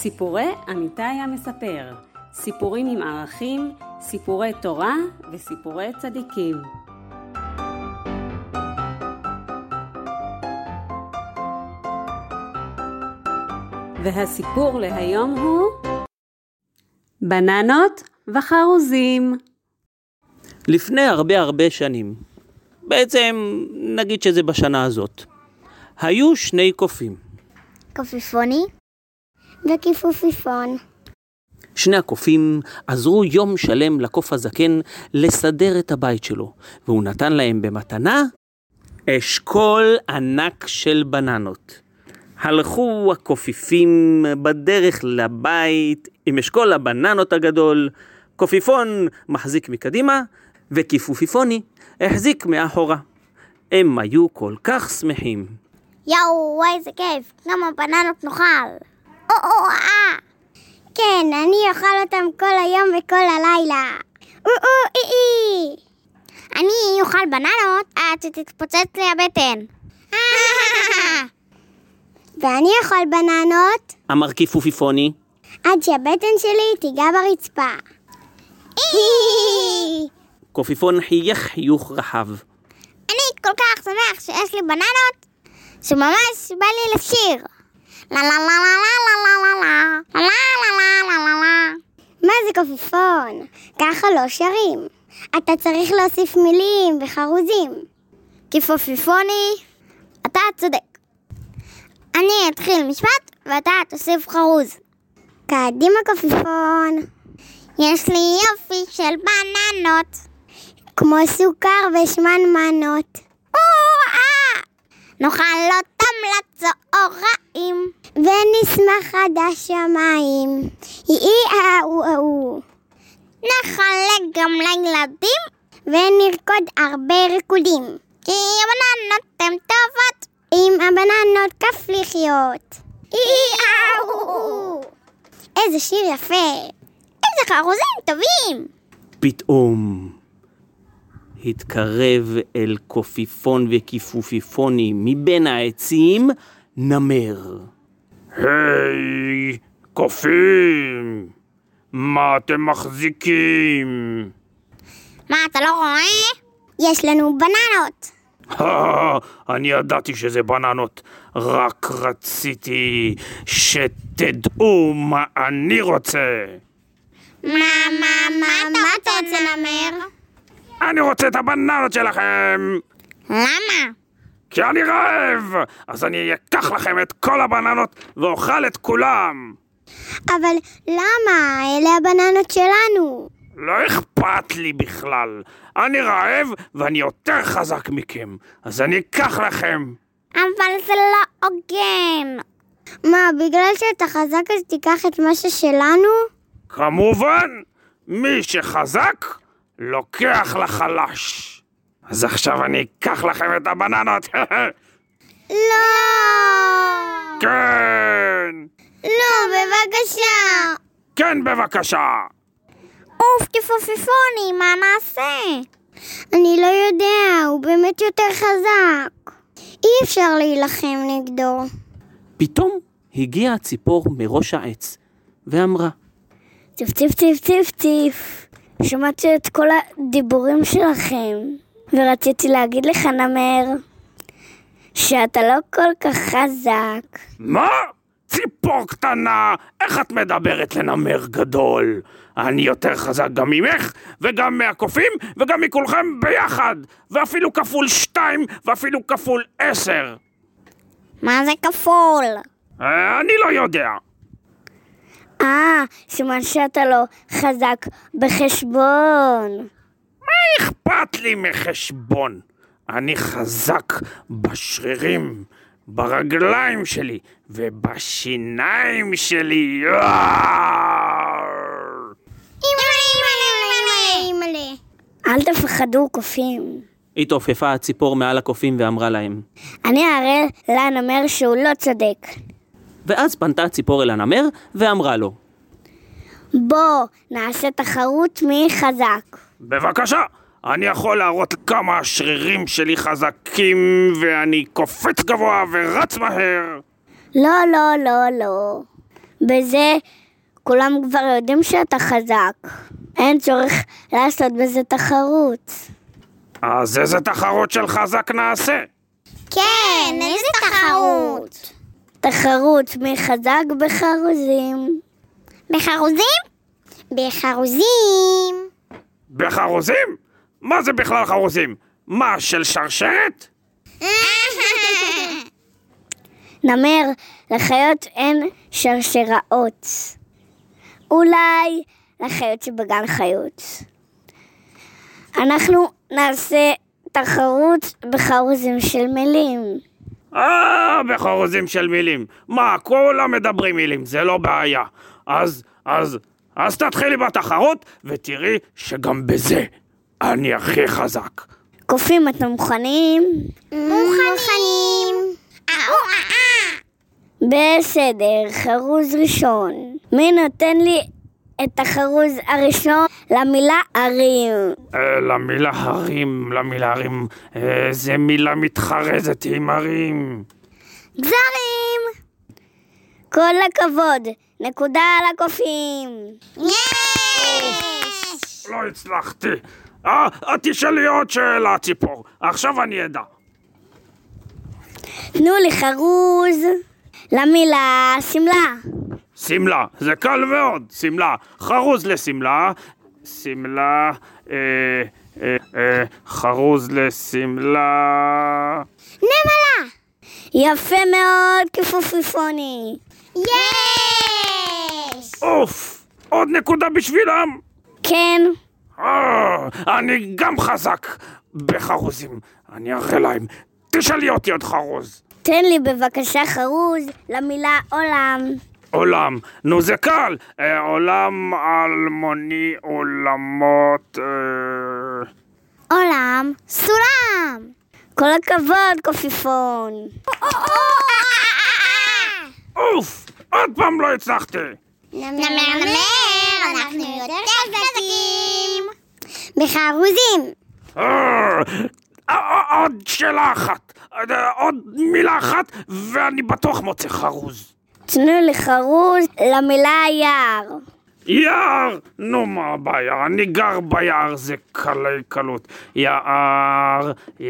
סיפורי אמיתי המספר, סיפורים עם ערכים, סיפורי תורה וסיפורי צדיקים. והסיפור להיום הוא בננות וחרוזים. לפני הרבה שנים, בעצם נגיד שזה בשנה הזאת, היו שני קופים. קופיפוני וכיפופיפון. שני הקופים עזרו יום שלם לקוף הזקן לסדר את הבית שלו, והוא נתן להם במתנה אשכול ענק של בננות. הלכו הקופיפים בדרך לבית עם אשכול הבננות הגדול, קופיפון מחזיק מקדימה וכיפופיפוני החזיק מאחורה. הם היו כל כך שמחים. יאו, איזה כיף, כמה בננות נאכל. כן, אני אוכל אותם כל היום וכל הלילה. אני אוכל בננות עד שתתפוצץ לי הבטן. ואני אוכל בננות, אמר כיפופיפוני, עד שהבטן שלי תיגע ברצפה. קופיפון חייך חיוך רחב. אני כל כך שמח שיש לי בננות, שממש בא לי לשיר. לה לה לה לה לה לה לה לה לה לה לה לה לה. מה זה קופיפון? ככה לא שרים. אתה צריך להוסיף מילים וחרוזים. כיפופיפוני, אתה צודק. אני אתחיל משפט ואתה תוסיף חרוז. קדימה קופיפון. יש לי יופי של בננות, כמו סוכר ושמנמנות. נאכל אותם לצהריים, ונשמח עד השמיים. נחלק גם לילדים, ונרקוד הרבה ריקודים. כי הבננות הן טובות, עם הבננות כיף לחיות. איזה שיר יפה, איזה חרוזים טובים. פתאום התקרב אל קופיפון וכיפופיפוני מבין העצים נמר. היי, קופים, מה אתם מחזיקים? מה, אתה לא רואה? יש לנו בננות. אני ידעתי שזה בננות, רק רציתי שתדעו מה אני רוצה. מה אתה רוצה נמר? אני רוצה את הבננות שלכם. למה? כי אני רעב, אז אני אקח לכם את כל הבננות ואוכל את כולם. אבל למה? אלה הבננות שלנו. לא אכפת לי בכלל. אני רעב ואני יותר חזק מכם, אז אני אקח לכם. אבל זה לא הוגן. מה, בגלל שאתה חזק אז תיקח את מה ששלנו? כמובן, מי שחזק לוקח לחלש. אז עכשיו אני אקח לכם את הבננות. לא! כן! לא, בבקשה! כן, בבקשה! אוף, כיפופיפוני, מה נעשה? אני לא יודע, הוא באמת יותר חזק. אי אפשר להילחם נגדו. פתאום הגיעה הציפור מראש העץ ואמרה, ציף ציף ציף ציף ציף, שמעתי את כל הדיבורים שלכם ורציתי להגיד לך נמר שאתה לא כל כך חזק. מה? ציפור קטנה, איך את מדברת לנמר גדול? אני יותר חזק גם ממך וגם מהקופים וגם מכולכם ביחד, ואפילו כפול 2 ואפילו כפול 10. מה זה כפול? אני לא יודע. סימן שאתה לא חזק בחשבון. מה אכפת לי מחשבון? אני חזק בשרירים, ברגליים שלי ובשיניים שלי. אימא'לה. אל תפחדו קופים. התעופפה הציפור מעל הקופים ואמרה להם, אני אראה לנמר שהוא לא צודק. ואז פנתה הציפור אל הנמר ואמרה לו, בוא נעשה תחרות מי חזק. בבקשה, אני יכול להראות כמה השרירים שלי חזקים ואני קופץ גבוה ורץ מהר. לא. בזה כולם כבר יודעים שאתה חזק. אין צורך לעשות בזה תחרות. אז איזה תחרות של חזק נעשה? כן, איזה תחרות? תחרות מי חזק בחרוזים. בחרוזים? בחרוזים. בחרוזים? מה זה בכלל חרוזים? מה, של שרשרת? נמר, לחיות אין שרשראות. אולי לחיות שבגן חיות. אנחנו נעשה תחרות בחרוזים של מילים. בחרוזים של מילים. מה, כולם מדברים מילים, זה לא בעיה. אז תתחילי בתחרות ותראי שגם בזה אני הכי חזק. קופים, אתם מוכנים? מוכנים. בסדר, חרוז ראשון. מי נותן לי את החרוז הראשון למילה ערים? למילה הרים, זה מילה מתחרזת עם ערים. גזרים. כל הכבוד, נקודה על הקופים. יש! לא הצלחתי. תשאלי עוד שאלה, ציפור. עכשיו אני אדע. תנו לי חרוז למילה סמלה. סמלה, זה קל מאוד, סמלה. חרוז לסמלה. סמלה, חרוז לסמלה. נמלה. יפה מאוד, כפופיפוני. יש! אוף, עוד נקודה בשבילם. כן. אני גם חזק בחרוזים. אני אראה להם. תשאלי אותי עוד חרוז. תן לי בבקשה חרוז למילה עולם. עולם, נו זה קל. עולם אלמוני, עולמות. עולם סולם. כל הכבוד, קופיפון. אוף, עוד פעם לא הצלחתי. נמר, אנחנו יותר חזקים. בחרוזים. עוד שאלה אחת. עוד מילה אחת ואני בטוח מוצא חרוז. תנו לי חרוז למילה יער. יער? נו מה הבעיה? אני גר ביער, זה קלי קלות. יער,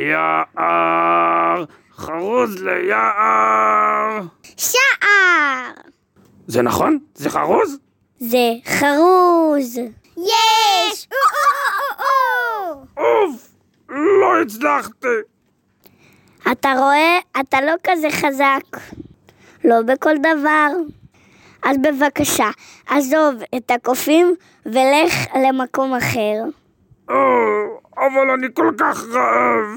יער, חרוז ליער. שער. זה נכון? זה חרוז? זה חרוז. יש! אוף, לא הצלחתי. אתה רואה? אתה לא כזה חזק. לא בכל דבר. אז בבקשה, עזוב את הקופים ולך למקום אחר. אבל אני כל כך רעב.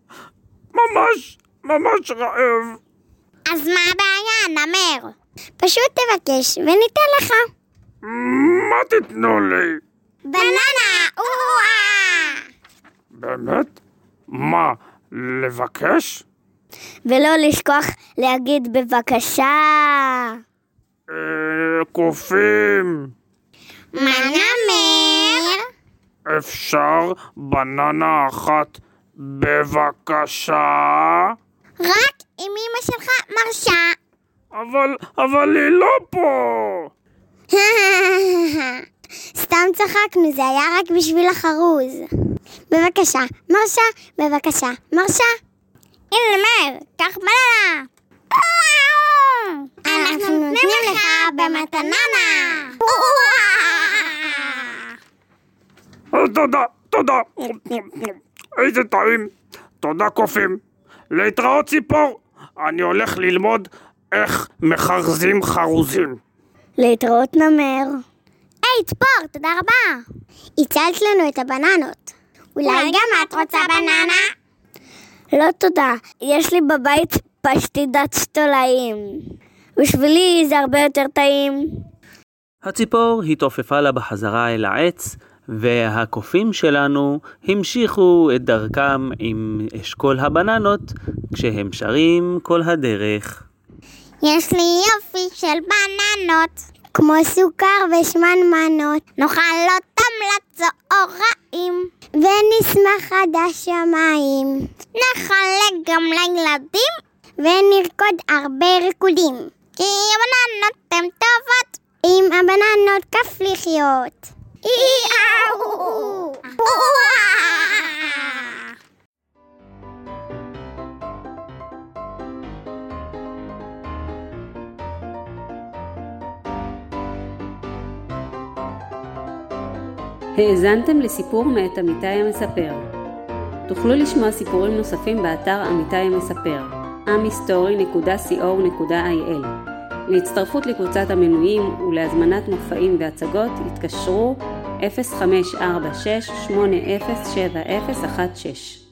ממש רעב. אז מה הבעיה, נמר? פשוט תבקש וניתן לך. מה תתנו לי? בננה! באמת? מה, לבקש? ולא לשכוח להגיד בבקשה. קופים. מה נמר? אפשר בננה אחת בבקשה? רק אם אמא שלך מרשה. אבל היא לא פה. סתם צחקנו, זה היה רק בשביל החרוז. בבקשה, מרשה, בבקשה, מרשה. הנה נמר, קח בננה. אנחנו נותנים לך במתננה. תודה. איזה טעים. תודה קופים. להתראות ציפור. אני הולך ללמוד איך מחרזים חרוזים. להתראות נמר. היי ציפור, תודה רבה. הצלת לנו את הבננות. אולי גם את רוצה בננה? לא תודה, יש לי בבית פשטידת תולעים. בשבילי זה הרבה יותר טעים. הציפור התעופפה לה בחזרה אל העץ, והקופים שלנו המשיכו את דרכם עם אשכול הבננות, כשהם שרים כל הדרך. יש לי יופי של בננות, כמו סוכר ושמנמנות, נאכל אותם לצהריים, ונשמח עד השמיים. נחלק גם לילדים, ונרקוד הרבה ריקודים, כי הבננות הן טובות עם הבננות כיף לחיות. האזנתם לסיפור מאת אמיתי המספר. תוכלו לשמוע סיפורים נוספים באתר אמיתי המספר, amhistory.co.il. להצטרפות לקבוצת המנויים ולהזמנת מופעים והצגות התקשרו 0546 807016